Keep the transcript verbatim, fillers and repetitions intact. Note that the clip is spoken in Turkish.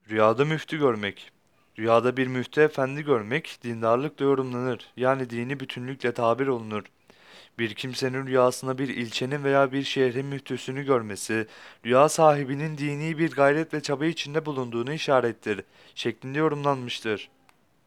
Rüyada müftü görmek. Rüyada bir müftü efendi görmek dindarlıkla yorumlanır. Yani dini bütünlükle tabir olunur. Bir kimsenin rüyasında bir ilçenin veya bir şehrin müftüsünü görmesi, rüya sahibinin dini bir gayret ve çaba içinde bulunduğunu işarettir, şeklinde yorumlanmıştır.